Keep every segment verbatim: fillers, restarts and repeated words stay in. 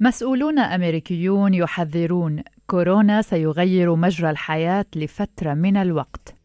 مسؤولون أمريكيون يحذرون كورونا سيغير مجرى الحياة لفترة من الوقت.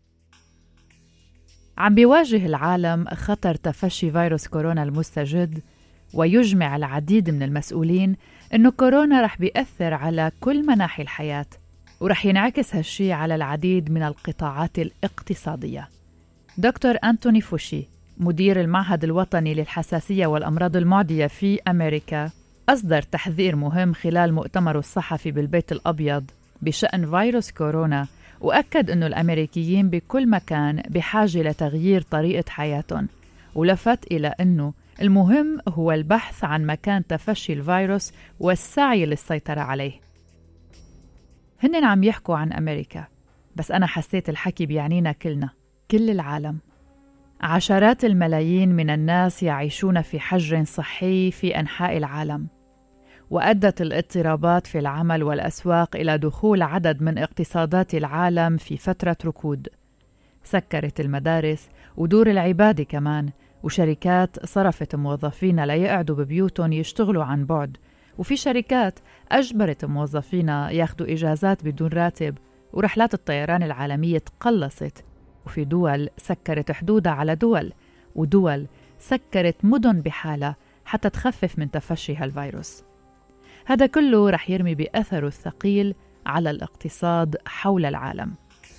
عم بيواجه العالم خطر تفشي فيروس كورونا المستجد، ويجمع العديد من المسؤولين إنه كورونا رح بيأثر على كل مناحي الحياة، ورح ينعكس هالشي على العديد من القطاعات الاقتصادية. دكتور أنتوني فوشي، مدير المعهد الوطني للحساسية والأمراض المعدية في أمريكا، أصدر تحذير مهم خلال مؤتمره الصحفي بالبيت الأبيض بشأن فيروس كورونا، وأكد أنه الأمريكيين بكل مكان بحاجة لتغيير طريقة حياتهم، ولفت إلى أنه المهم هو البحث عن مكان تفشي الفيروس والسعي للسيطرة عليه. هن عم يحكوا عن أمريكا، بس أنا حسيت الحكي بيعنينا كلنا، كل العالم. عشرات الملايين من الناس يعيشون في حجر صحي في أنحاء العالم، وأدت الاضطرابات في العمل والأسواق إلى دخول عدد من اقتصادات العالم في فترة ركود. سكرت المدارس ودور العبادة كمان، وشركات صرفت موظفين ليقعدوا ببيوتهم يشتغلوا عن بعد، وفي شركات أجبرت موظفينا ياخدوا إجازات بدون راتب، ورحلات الطيران العالمية تقلصت، وفي دول سكرت حدودها على دول، ودول سكرت مدن بحالة حتى تخفف من تفشي هالفيروس. هذا كله رح يرمي بأثره الثقيل على الاقتصاد حول العالم.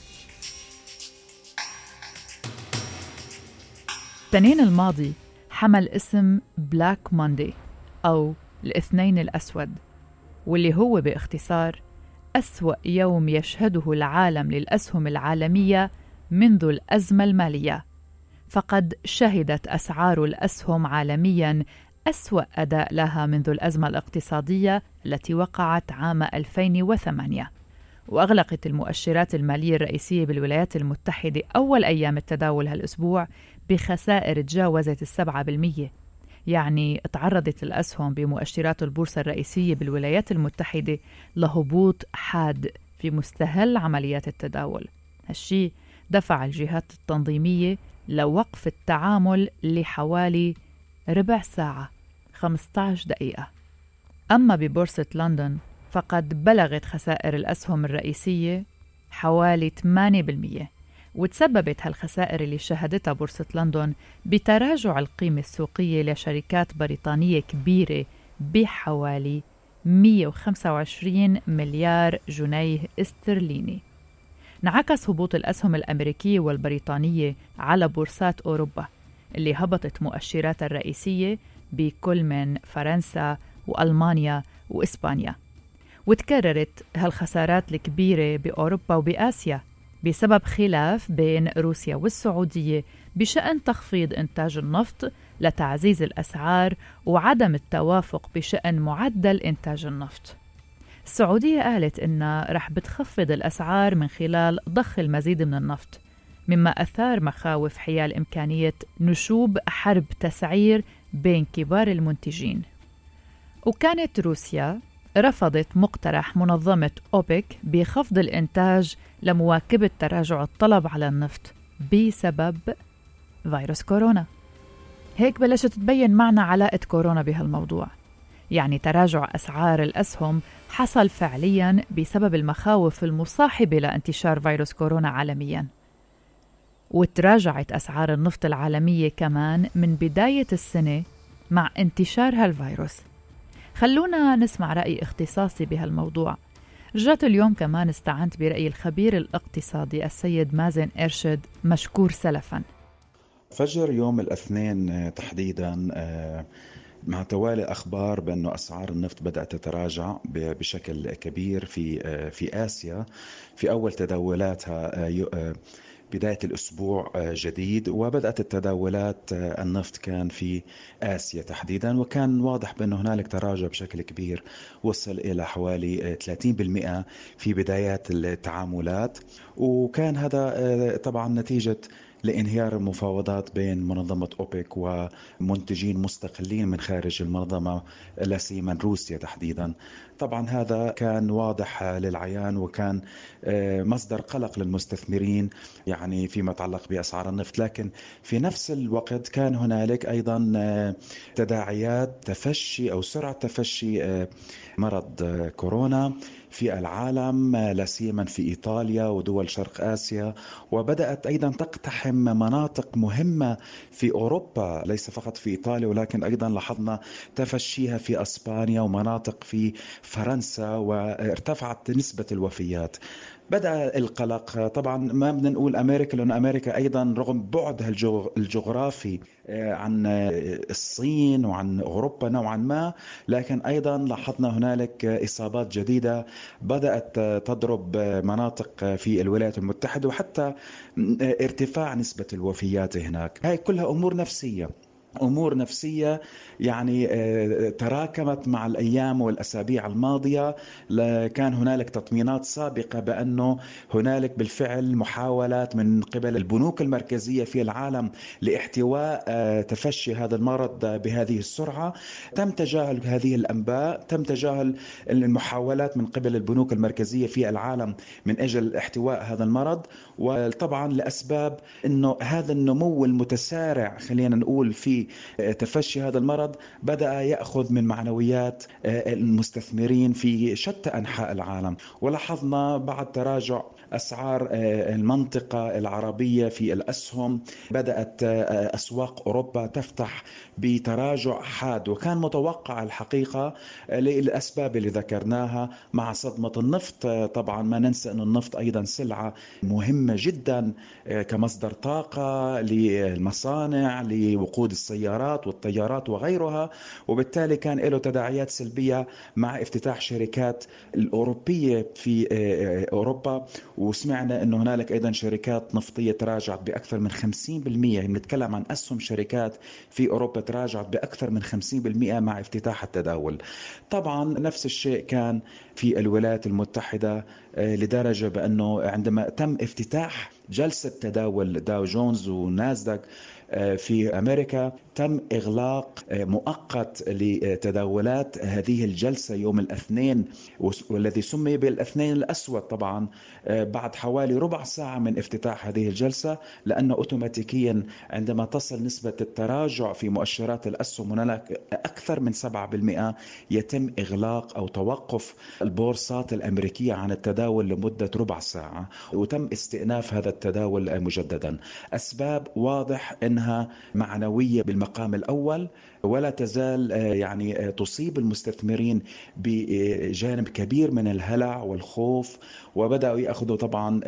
التنين الماضي حمل اسم بلاك موندي أو الاثنين الأسود، واللي هو باختصار أسوأ يوم يشهده العالم للأسهم العالمية منذ الأزمة المالية. فقد شهدت أسعار الأسهم عالمياً أسوأ أداء لها منذ الأزمة الاقتصادية التي وقعت عام ألفين وثمانية، وأغلقت المؤشرات المالية الرئيسية بالولايات المتحدة أول أيام التداول هالأسبوع بخسائر تجاوزت السبعة بالمية. يعني تعرضت الأسهم بمؤشرات البورصة الرئيسية بالولايات المتحدة لهبوط حاد في مستهل عمليات التداول. هالشي دفع الجهات التنظيمية لوقف التعامل لحوالي ربع ساعة، خمسة عشر دقيقة. أما ببورصة لندن فقد بلغت خسائر الأسهم الرئيسية حوالي ثمانية بالمية، وتسببت هالخسائر اللي شهدتها بورصة لندن بتراجع القيمة السوقية لشركات بريطانية كبيرة بحوالي مئة وخمسة وعشرين مليار جنيه استرليني. انعكس هبوط الأسهم الأمريكية والبريطانية على بورصات أوروبا اللي هبطت مؤشراتها الرئيسية بكل من فرنسا وألمانيا وإسبانيا. وتكررت هالخسارات الكبيرة بأوروبا وبآسيا بسبب خلاف بين روسيا والسعودية بشأن تخفيض إنتاج النفط لتعزيز الأسعار وعدم التوافق بشأن معدل إنتاج النفط. السعودية قالت إنها رح بتخفض الأسعار من خلال ضخ المزيد من النفط، مما أثار مخاوف حيال إمكانية نشوب حرب تسعير بين كبار المنتجين. وكانت روسيا رفضت مقترح منظمة أوبك بخفض الإنتاج لمواكبة تراجع الطلب على النفط بسبب فيروس كورونا. هيك بلشت تبين معنا علاقة كورونا بهالموضوع. يعني تراجع أسعار الأسهم حصل فعلياً بسبب المخاوف المصاحبة لانتشار فيروس كورونا عالمياً. وتراجعت أسعار النفط العالمية كمان من بداية السنة مع انتشار هالفيروس. خلونا نسمع رأي اختصاصي بهالموضوع. رجعت اليوم كمان استعنت برأي الخبير الاقتصادي السيد مازن إرشد، مشكور سلفاً. فجر يوم الاثنين تحديداً مع توالي أخبار بأنه أسعار النفط بدأت تتراجع بشكل كبير في في آسيا في أول تداولاتها بداية الأسبوع جديد، وبدأت التداولات النفط كان في آسيا تحديدا، وكان واضح بأنه هنالك تراجع بشكل كبير وصل إلى حوالي ثلاثين بالمئة في بدايات التعاملات. وكان هذا طبعا نتيجة لانهيار المفاوضات بين منظمة أوبك ومنتجين مستقلين من خارج المنظمة، لا سيما روسيا تحديدا. طبعا هذا كان واضح للعيان، وكان مصدر قلق للمستثمرين يعني فيما يتعلق بأسعار النفط. لكن في نفس الوقت كان هنالك أيضا تداعيات تفشي أو سرعة تفشي مرض كورونا في العالم، لا سيما في إيطاليا ودول شرق آسيا، وبدأت أيضا تقتحم مناطق مهمة في أوروبا، ليس فقط في إيطاليا ولكن أيضا لاحظنا تفشيها في أسبانيا ومناطق في فرنسا، وارتفعت نسبة الوفيات. بدأ القلق. طبعا ما بدنا نقول أمريكا، لأن أمريكا أيضا رغم بعدها الجغرافي عن الصين وعن أوروبا نوعا ما، لكن أيضا لاحظنا هنالك إصابات جديدة بدأت تضرب مناطق في الولايات المتحدة، وحتى ارتفاع نسبة الوفيات هناك. هاي كلها أمور نفسية، أمور نفسية يعني تراكمت مع الأيام والأسابيع الماضية. كان هنالك تطمينات سابقة بأنه هنالك بالفعل محاولات من قبل البنوك المركزية في العالم لاحتواء تفشي هذا المرض بهذه السرعة. تم تجاهل هذه الأنباء، تم تجاهل المحاولات من قبل البنوك المركزية في العالم من أجل احتواء هذا المرض، وطبعا لأسباب أنه هذا النمو المتسارع خلينا نقول في تفشي هذا المرض بدأ يأخذ من معنويات المستثمرين في شتى أنحاء العالم. ولاحظنا بعد تراجع أسعار المنطقة العربية في الأسهم، بدأت أسواق أوروبا تفتح بتراجع حاد، وكان متوقع الحقيقة للأسباب اللي ذكرناها مع صدمة النفط. طبعا ما ننسى أن النفط أيضا سلعة مهمة جدا كمصدر طاقة للمصانع، لوقود السيارات والطيارات وغيرها، وبالتالي كان له تداعيات سلبية مع افتتاح شركات الأوروبية في أوروبا. وسمعنا أنه هنالك أيضا شركات نفطية تراجعت بأكثر من خمسين بالمئة، نتكلم عن أسهم شركات في أوروبا تراجعت بأكثر من خمسين بالمئة مع افتتاح التداول. طبعا نفس الشيء كان في الولايات المتحدة، لدرجة بأنه عندما تم افتتاح جلسة تداول داو جونز وناسداك في أمريكا تم إغلاق مؤقت لتداولات هذه الجلسة يوم الاثنين، والذي سمي بالاثنين الأسود طبعا بعد حوالي ربع ساعة من افتتاح هذه الجلسة، لأنه أوتوماتيكيا عندما تصل نسبة التراجع في مؤشرات الأسهم هناك أكثر من سبعة بالمئة يتم إغلاق أو توقف البورصات الأمريكية عن التداول لمدة ربع ساعة، وتم استئناف هذا التداول مجددا. أسباب واضح أنها معنوية بالمقام الأول، ولا تزال يعني تصيب المستثمرين بجانب كبير من الهلع والخوف، وبدأوا يأخذوا طبعا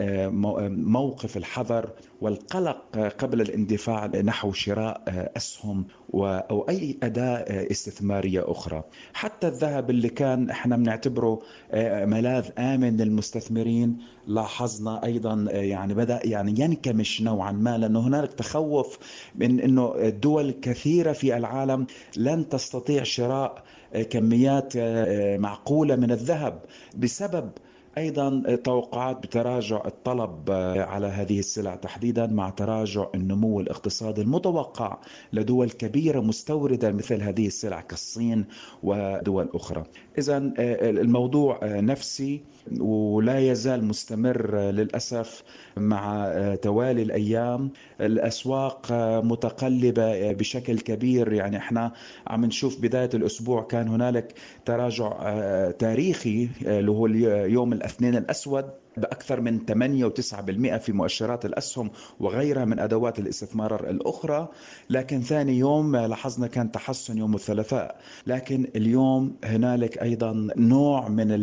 موقف الحذر والقلق قبل الاندفاع نحو شراء أسهم أو أي أداة استثمارية أخرى. حتى الذهب اللي كان احنا بنعتبره ملاذ آمن للمستثمرين، لاحظنا أيضا يعني بدأ يعني ينكمش نوعا ما، لأنه هنالك تخوف من أنه دول كثيرة في العالم لن تستطيع شراء كميات معقولة من الذهب بسبب أيضا توقعات بتراجع الطلب على هذه السلع تحديدا مع تراجع النمو الاقتصادي المتوقع لدول كبيرة مستوردة مثل هذه السلع كالصين ودول أخرى. إذن الموضوع نفسي ولا يزال مستمر للأسف مع توالي الأيام. الأسواق متقلبة بشكل كبير، يعني احنا عم نشوف بداية الأسبوع كان هنالك تراجع تاريخي اللي هو يوم الاثنين الأسود بأكثر من ثمانية وتسعة بالمئة في مؤشرات الأسهم وغيرها من أدوات الاستثمار الأخرى. لكن ثاني يوم لاحظنا كان تحسن يوم الثلاثاء، لكن اليوم هنالك أيضا نوع من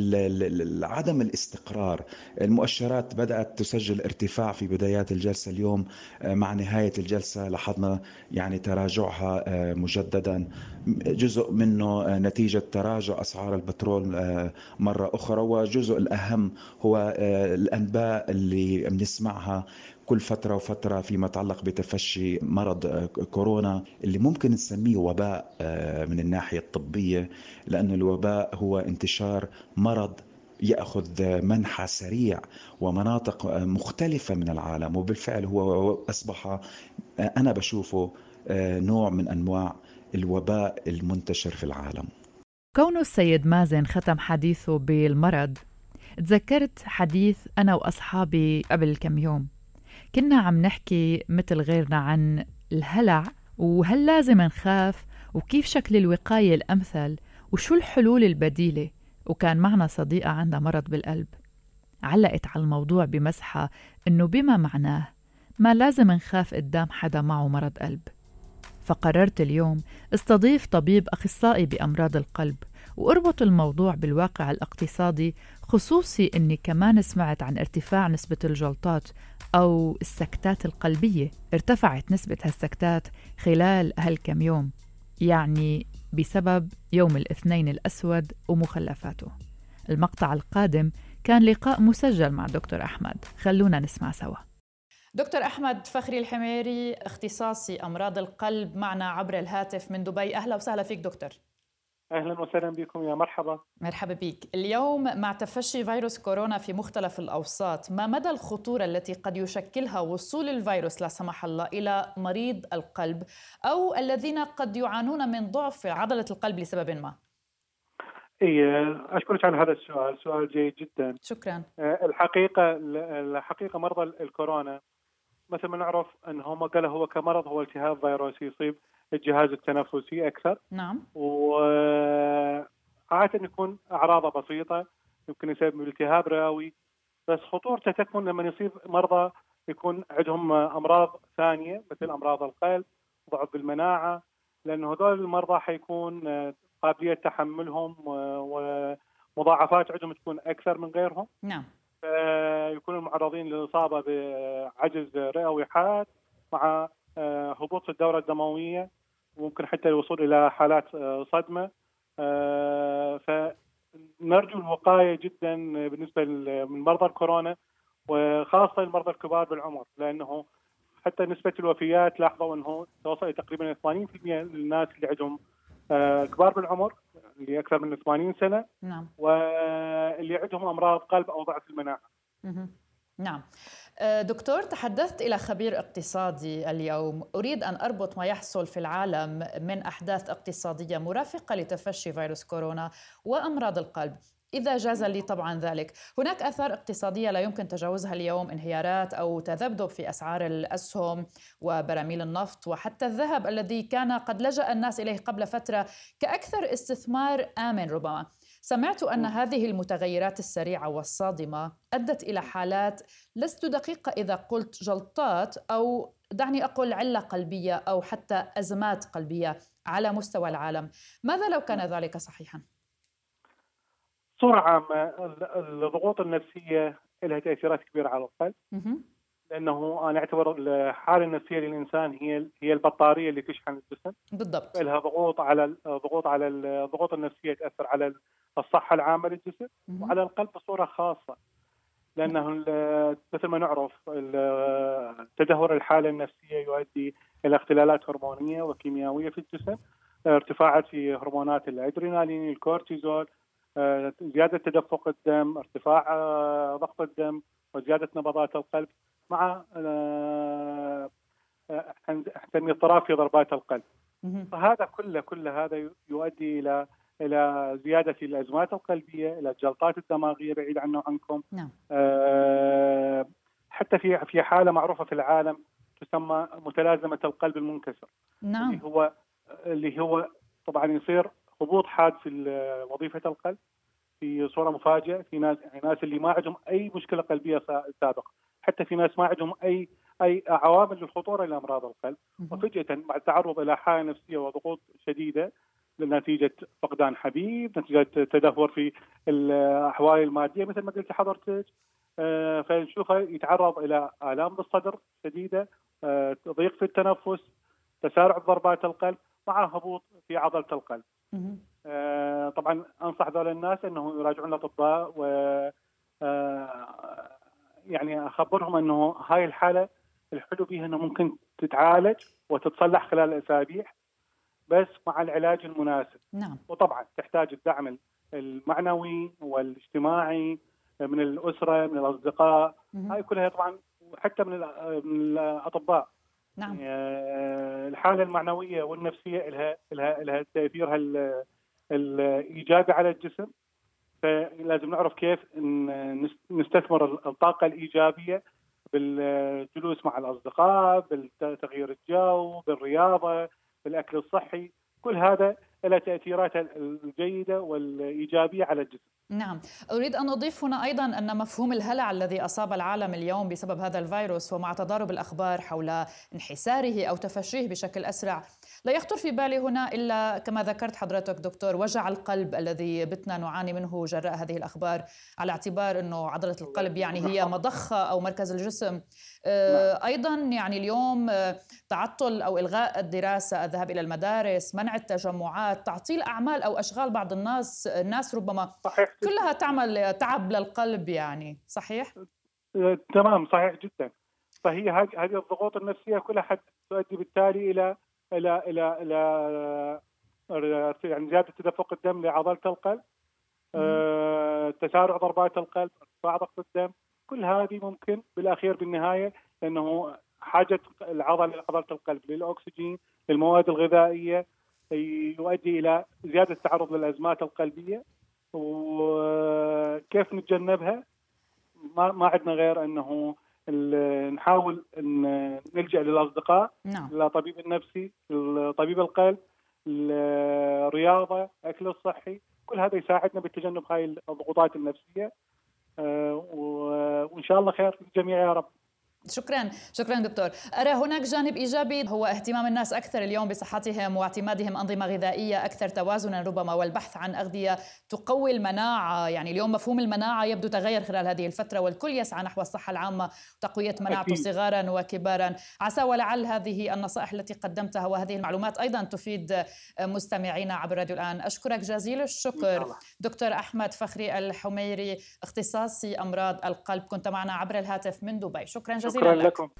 عدم الاستقرار. المؤشرات بدأت تسجل ارتفاع في بدايات الجلسة اليوم، مع نهاية الجلسة لاحظنا يعني تراجعها مجددا، جزء منه نتيجة تراجع أسعار البترول مرة أخرى، وجزء الأهم هو الأنباء اللي بنسمعها كل فترة وفترة فيما يتعلق بتفشي مرض كورونا اللي ممكن نسميه وباء من الناحية الطبية، لأن الوباء هو انتشار مرض يأخذ منحى سريع ومناطق مختلفة من العالم. وبالفعل هو أصبح، أنا بشوفه نوع من أنواع الوباء المنتشر في العالم. كون السيد مازن ختم حديثه بالمرض، تذكرت حديث أنا وأصحابي قبل كم يوم. كنا عم نحكي مثل غيرنا عن الهلع، وهل لازم نخاف، وكيف شكل الوقاية الأمثل، وشو الحلول البديلة. وكان معنا صديقة عندها مرض بالقلب، علقت على الموضوع بمسحة إنه بما معناه ما لازم نخاف قدام حدا معه مرض قلب. فقررت اليوم استضيف طبيب أخصائي بأمراض القلب وأربط الموضوع بالواقع الاقتصادي، خصوصي أني كمان سمعت عن ارتفاع نسبة الجلطات أو السكتات القلبية. ارتفعت نسبة هالسكتات خلال هالكم يوم، يعني بسبب يوم الاثنين الأسود ومخلفاته. المقطع القادم كان لقاء مسجل مع دكتور أحمد، خلونا نسمع سوا. دكتور أحمد فخري الحميري، اختصاصي أمراض القلب، معنا عبر الهاتف من دبي. أهلا وسهلا فيك دكتور. أهلا وسهلا بكم، يا مرحبا. مرحبا بك. اليوم مع تفشي فيروس كورونا في مختلف الأوساط، ما مدى الخطورة التي قد يشكلها وصول الفيروس لا سمح الله إلى مريض القلب أو الذين قد يعانون من ضعف في عضلة القلب لسبب ما؟ إيه، أشكرك على هذا السؤال، سؤال جيد جدا. شكرا. الحقيقة الحقيقة مرضى الكورونا مثل ما نعرف أن هم قالوا هو كمرض هو التهاب فيروسي يصيب الجهاز التنفسي أكثر. نعم. وعادة يكون أعراضه بسيطة، يمكن يسبب التهاب رئوي، بس خطورته تكمن لما يصيب مرضى يكون عندهم أمراض ثانية مثل أمراض القلب، ضعف بالمناعة، لأنه هذول المرضى حيكون قابلية تحملهم ومضاعفات عندهم تكون أكثر من غيرهم. نعم. فيكونوا معرضين للإصابة بعجز رئوي حاد مع هبوط في الدورة الدموية، وممكن حتى الوصول إلى حالات صدمة. فنرجو الوقاية جدا بالنسبة من مرضى الكورونا، وخاصة المرضى الكبار بالعمر، لأنه حتى نسبة الوفيات لاحظوا أنه توصل تقريبا ثمانين بالمئة للناس اللي عندهم كبار بالعمر اللي أكثر من ثمانين سنة. نعم. واللي عندهم أمراض قلب أو ضعف المناعة. نعم. دكتور، تحدثت إلى خبير اقتصادي اليوم. أريد أن أربط ما يحصل في العالم من أحداث اقتصادية مرافقة لتفشي فيروس كورونا وأمراض القلب، إذا جاز لي طبعا ذلك. هناك آثار اقتصادية لا يمكن تجاوزها اليوم، انهيارات أو تذبذب في أسعار الأسهم وبراميل النفط وحتى الذهب الذي كان قد لجأ الناس إليه قبل فترة كأكثر استثمار آمن ربما. سمعت أن هذه المتغيرات السريعة والصادمة أدت إلى حالات، لست دقيقة إذا قلت جلطات أو دعني أقول علة قلبية أو حتى أزمات قلبية على مستوى العالم. ماذا لو كان ذلك صحيحا؟ بصورة عامة الضغوط النفسية لها تأثيرات كبيرة على القلب، لأنه أنا أعتبر الحالة النفسية للإنسان هي هي البطارية اللي تشحن الجسم. بالضبط. لها ضغوط على ضغوط على الضغوط النفسية تأثر على الصحة العامة للجسم وعلى القلب بصورة خاصة، لأنه مثل ما نعرف تدهور الحالة النفسية يؤدي إلى اختلالات هرمونية وكيميائية في الجسم، ارتفاعات في هرمونات الأدرينالين، الكورتيزول، زيادة تدفق الدم، ارتفاع ضغط الدم، وزيادة نبضات القلب، مع اضطراب في ضربات القلب. فهذا كله كله هذا يؤدي إلى إلى زيادة الأزمات القلبية، إلى الجلطات الدماغية بعيد عنه عنكم. نعم. أه حتى في في حالة معروفة في العالم تسمى متلازمة القلب المنكسر. نعم. اللي هو اللي هو طبعا يصير هبوط حاد في وظيفة القلب في صورة مفاجئة في ناس، يعني ناس اللي ما عندهم أي مشكلة قلبية سابقة، حتى في ناس ما عندهم أي أي عوامل للخطورة لأمراض القلب، وفجأة مع التعرض إلى حالة نفسية وضغوط شديدة نتيجة فقدان حبيب، نتيجة تدهور في الأحوال المادية مثل ما قلت حضرتك، آه فنشوفه يتعرض إلى آلام بالصدر شديدة، آه ضيق في التنفس، تسارع ضربات القلب مع هبوط في عضلة القلب. آه طبعا أنصح ذول الناس أنه يراجعون الأطباء، و آه يعني أخبرهم أنه هاي الحالة الحلو بها أنه ممكن تتعالج وتتصلح خلال أسابيع بس مع العلاج المناسب. نعم. وطبعا تحتاج الدعم المعنوي والاجتماعي من الأسرة، من الأصدقاء، هاي كلها طبعا، وحتى من من الأطباء. نعم. الحالة المعنوية والنفسية لها لها لها تأثيرها الإيجابي على الجسم، فلازم نعرف كيف نستثمر الطاقة الإيجابية بالجلوس مع الأصدقاء، بالتغيير الجو، بالرياضة، بالأكل الصحي. كل هذا له تأثيرات الجيدة والإيجابية على الجسم. نعم، أريد أن أضيف هنا أيضا أن مفهوم الهلع الذي أصاب العالم اليوم بسبب هذا الفيروس، ومع تضارب الأخبار حول انحساره أو تفشيه بشكل أسرع، لا يخطر في بالي هنا إلا كما ذكرت حضرتك دكتور وجع القلب الذي بتنا نعاني منه جراء هذه الأخبار، على اعتبار أنه عضلة القلب يعني هي مضخة أو مركز الجسم. أيضا يعني اليوم تعطل أو إلغاء الدراسة، الذهاب إلى المدارس، منع التجمعات، تعطيل أعمال أو أشغال بعض الناس الناس ربما صحيح. كلها تعمل تعب للقلب، يعني صحيح؟ تمام، صحيح جدا. فهي هذه الضغوط النفسية كلها تؤدي بالتالي إلى إلى إلى إلى يعني زيادة تدفق الدم لعضلة القلب، أه، تسارع ضربات القلب، ارتفاع ضغط الدم. كل هذه ممكن بالأخير بالنهاية، لأنه حاجة العضلة عضلة القلب للأكسجين، للمواد الغذائية، يؤدي إلى زيادة التعرض للأزمات القلبية. وكيف نتجنبها؟ ما ما عندنا غير أنه نحاول أن نلجأ للأصدقاء، نعم. للطبيب النفسي، لطبيب القلب، الرياضة، الأكل الصحي. كل هذا يساعدنا بالتجنب هاي الضغوطات النفسية، وإن شاء الله خير للجميع يا رب. شكرا شكرا دكتور. أرى هناك جانب إيجابي هو اهتمام الناس أكثر اليوم بصحتهم واعتمادهم أنظمة غذائية أكثر توازنا ربما، والبحث عن أغذية تقوي المناعة. يعني اليوم مفهوم المناعة يبدو تغير خلال هذه الفترة، والكل يسعى نحو الصحة العامة وتقوية مناعته صغارا وكبارا. عسى ولعل هذه النصائح التي قدمتها وهذه المعلومات أيضا تفيد مستمعينا عبر راديو الآن. أشكرك جزيل الشكر دكتور أحمد فخري الحميري، اختصاصي أمراض القلب، كنت معنا عبر الهاتف من دبي. شكرا جزيلا. شكرا لكم.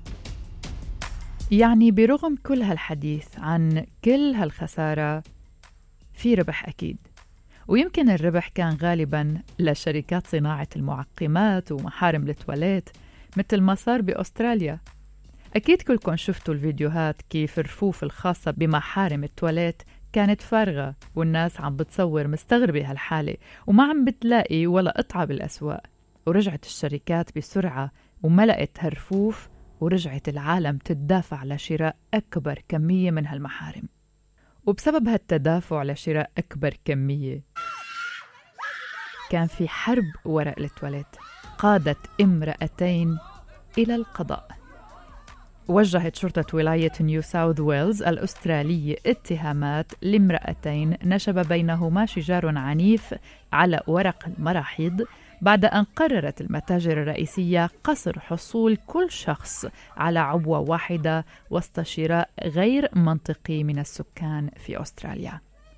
يعني برغم كل هالحديث عن كل هالخسارة، في ربح أكيد، ويمكن الربح كان غالباً لشركات صناعة المعقمات ومحارم التواليت مثل ما صار بأستراليا. أكيد كلكم شفتوا الفيديوهات كيف الرفوف الخاصة بمحارم التواليت كانت فارغة، والناس عم بتصور مستغربة هالحالة وما عم بتلاقي ولا قطعة بالأسواق. ورجعت الشركات بسرعة وملأت هالرفوف، ورجعت العالم تتدافع لشراء أكبر كمية من هالمحارم. وبسبب هالتدافع لشراء أكبر كمية كان في حرب وراء التواليت قادت امرأتين إلى القضاء. وجهت شرطة ولاية نيو ساوث ويلز الأسترالية اتهامات لامرأتين نشب بينهما شجار عنيف على ورق المراحيض بعد أن قررت المتاجر الرئيسية قصر حصول كل شخص على عبوة واحدة وسط شراء غير منطقي من السكان في أستراليا.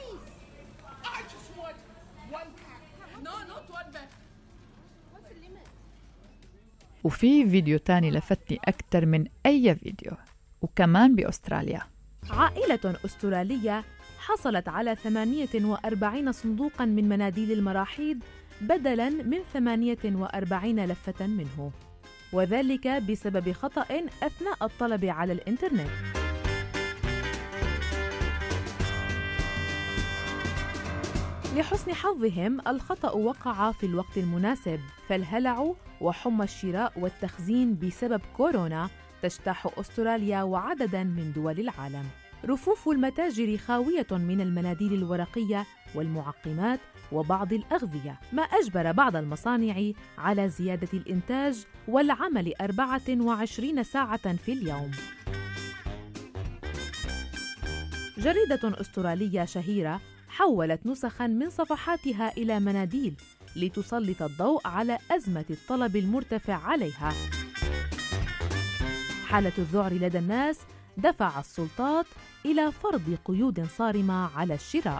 وفي فيديو تاني لفتني أكثر من أي فيديو، وكمان بأستراليا. عائلة أسترالية حصلت على ثمانية وأربعين صندوقاً من مناديل المراحيض بدلاً من ثمانية وأربعين لفة منه، وذلك بسبب خطأ أثناء الطلب على الإنترنت. لحسن حظهم الخطأ وقع في الوقت المناسب، فالهلع وحمى الشراء والتخزين بسبب كورونا تجتاح أستراليا وعدداً من دول العالم. رفوف المتاجر خاوية من المناديل الورقية والمعقمات وبعض الأغذية، ما أجبر بعض المصانع على زيادة الإنتاج والعمل أربعة وعشرين ساعة في اليوم. جريدة أسترالية شهيرة حولت نسخاً من صفحاتها إلى مناديل لتسلط الضوء على أزمة الطلب المرتفع عليها. حالة الذعر لدى الناس دفع السلطات إلى فرض قيود صارمة على الشراء.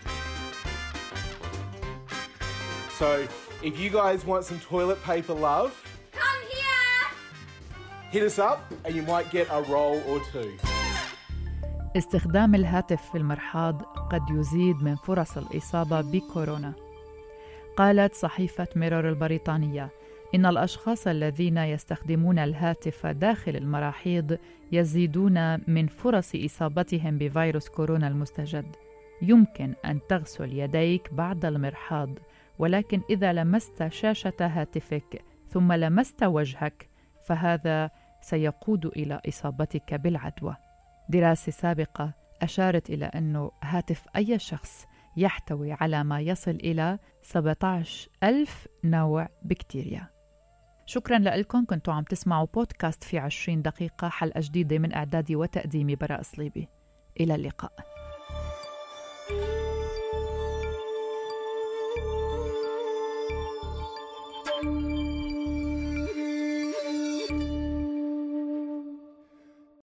So, if you guys want some toilet paper love, come here. Hit us up and you might get a roll or two. استخدام الهاتف في المرحاض قد يزيد من فرص الإصابة بكورونا. قالت صحيفة ميرور البريطانية إن الأشخاص الذين يستخدمون الهاتف داخل المراحيض يزيدون من فرص إصابتهم بفيروس كورونا المستجد. يمكن أن تغسل يديك بعد المرحاض، ولكن إذا لمست شاشة هاتفك ثم لمست وجهك فهذا سيقود إلى إصابتك بالعدوى. دراسة سابقة أشارت إلى أن هاتف أي شخص يحتوي على ما يصل إلى سبعة عشر ألف نوع بكتيريا. شكراً لكم، كنتوا عم تسمعوا بودكاست في عشرين دقيقة، حلقة جديدة من إعدادي وتقديمي براء صليبي. إلى اللقاء.